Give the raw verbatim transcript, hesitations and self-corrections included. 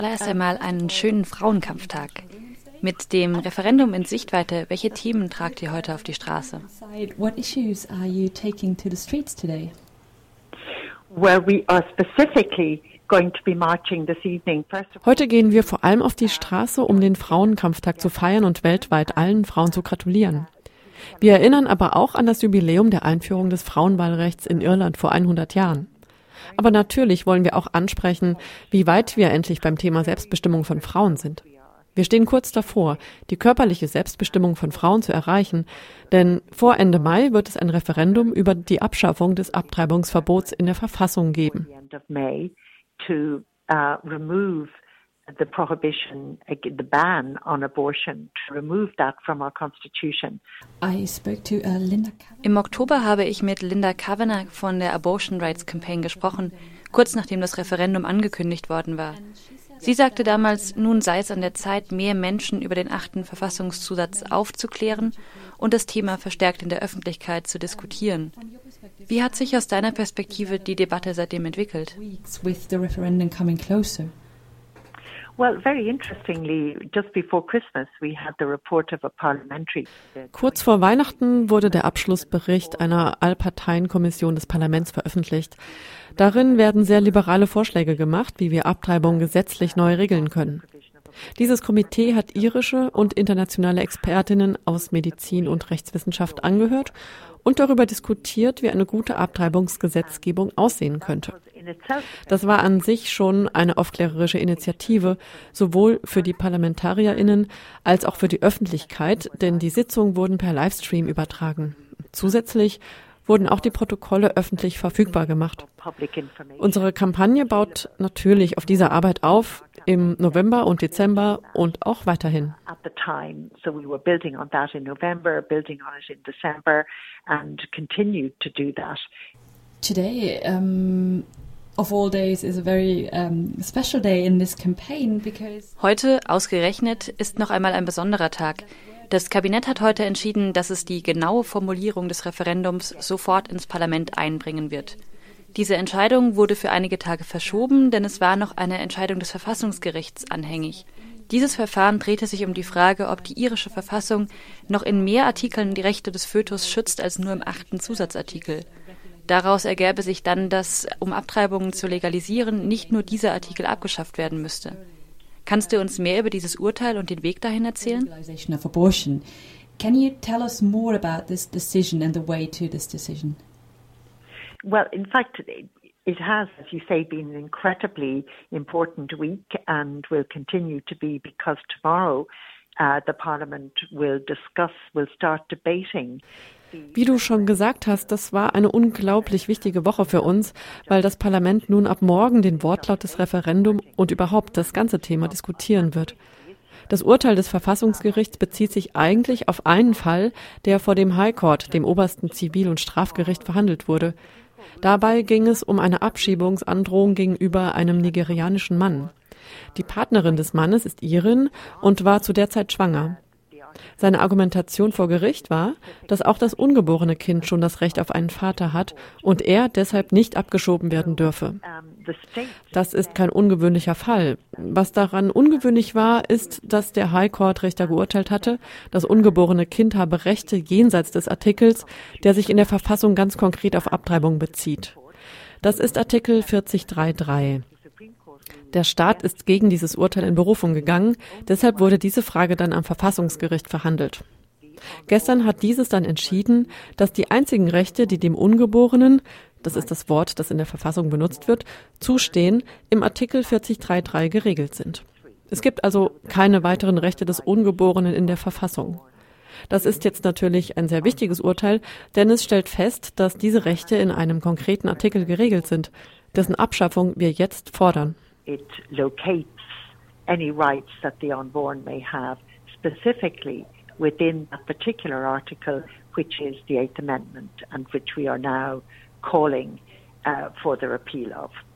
Zuallererst einmal einen schönen Frauenkampftag. Mit dem Referendum in Sichtweite, welche Themen tragt ihr heute auf die Straße? What issues are you taking to the streets today? Well, we are specifically going to be marching this evening. Heute gehen wir vor allem auf die Straße, um den Frauenkampftag zu feiern und weltweit allen Frauen zu gratulieren. Wir erinnern aber auch an das Jubiläum der Einführung des Frauenwahlrechts in Irland vor hundert Jahren. Aber natürlich wollen wir auch ansprechen, wie weit wir endlich beim Thema Selbstbestimmung von Frauen sind. Wir stehen kurz davor, die körperliche Selbstbestimmung von Frauen zu erreichen, denn vor Ende Mai wird es ein Referendum über die Abschaffung des Abtreibungsverbots in der Verfassung geben. The prohibition, the ban on abortion, to remove that from our constitution. I spoke to uh, Linda Kavanagh. Im Oktober habe ich mit Linda Kavanagh von der Abortion Rights Campaign gesprochen, kurz nachdem das Referendum angekündigt worden war. Sie sagte damals, nun sei es an der Zeit, mehr Menschen über den achten Verfassungszusatz aufzuklären und das Thema verstärkt in der Öffentlichkeit zu diskutieren. Wie hat sich aus deiner Perspektive die Debatte seitdem entwickelt? Well, very interestingly, just before Christmas, we had the report of a parliamentary. Kurz vor Weihnachten wurde der Abschlussbericht einer Allparteienkommission des Parlaments veröffentlicht. Darin werden sehr liberale Vorschläge gemacht, wie wir Abtreibung gesetzlich neu regeln können. Dieses Komitee hat irische und internationale Expertinnen aus Medizin und Rechtswissenschaft angehört und darüber diskutiert, wie eine gute Abtreibungsgesetzgebung aussehen könnte. Das war an sich schon eine aufklärerische Initiative, sowohl für die ParlamentarierInnen als auch für die Öffentlichkeit, denn die Sitzungen wurden per Livestream übertragen. Zusätzlich wurden auch die Protokolle öffentlich verfügbar gemacht. Unsere Kampagne baut natürlich auf dieser Arbeit auf, im November und Dezember und auch weiterhin. Today, um of all days is a very um, special day in this campaign because Heute, ausgerechnet, ist noch einmal ein besonderer Tag. Das Kabinett hat heute entschieden, dass es die genaue Formulierung des Referendums sofort ins Parlament einbringen wird. Diese Entscheidung wurde für einige Tage verschoben, denn es war noch eine Entscheidung des Verfassungsgerichts anhängig. Dieses Verfahren drehte sich um die Frage, ob die irische Verfassung noch in mehr Artikeln die Rechte des Fötus schützt als nur im achten Zusatzartikel. Daraus ergäbe sich dann, dass, um Abtreibungen zu legalisieren, nicht nur dieser Artikel abgeschafft werden müsste. Kannst du uns mehr über dieses Urteil und den Weg dahin erzählen? Can you tell us more about this decision and the way to this decision? Well, in fact, it has, as you say, been an incredibly important week and will continue to be because tomorrow uh, the Parliament will discuss, will start debating. Wie du schon gesagt hast, das war eine unglaublich wichtige Woche für uns, weil das Parlament nun ab morgen den Wortlaut des Referendums und überhaupt das ganze Thema diskutieren wird. Das Urteil des Verfassungsgerichts bezieht sich eigentlich auf einen Fall, der vor dem High Court, dem obersten Zivil- und Strafgericht, verhandelt wurde. Dabei ging es um eine Abschiebungsandrohung gegenüber einem nigerianischen Mann. Die Partnerin des Mannes ist Irin und war zu der Zeit schwanger. Seine Argumentation vor Gericht war, dass auch das ungeborene Kind schon das Recht auf einen Vater hat und er deshalb nicht abgeschoben werden dürfe. Das ist kein ungewöhnlicher Fall. Was daran ungewöhnlich war, ist, dass der High Court Richter geurteilt hatte, das ungeborene Kind habe Rechte jenseits des Artikels, der sich in der Verfassung ganz konkret auf Abtreibung bezieht. Das ist Artikel vierzig Absatz drei Punkt drei. Der Staat ist gegen dieses Urteil in Berufung gegangen, deshalb wurde diese Frage dann am Verfassungsgericht verhandelt. Gestern hat dieses dann entschieden, dass die einzigen Rechte, die dem Ungeborenen, das ist das Wort, das in der Verfassung benutzt wird, zustehen, im Artikel vierzig Absatz drei Punkt drei geregelt sind. Es gibt also keine weiteren Rechte des Ungeborenen in der Verfassung. Das ist jetzt natürlich ein sehr wichtiges Urteil, denn es stellt fest, dass diese Rechte in einem konkreten Artikel geregelt sind, dessen Abschaffung wir jetzt fordern. It locates any rights that the unborn may have specifically within that particular article, which is the Eighth Amendment and which we are now calling uh, for the repeal of.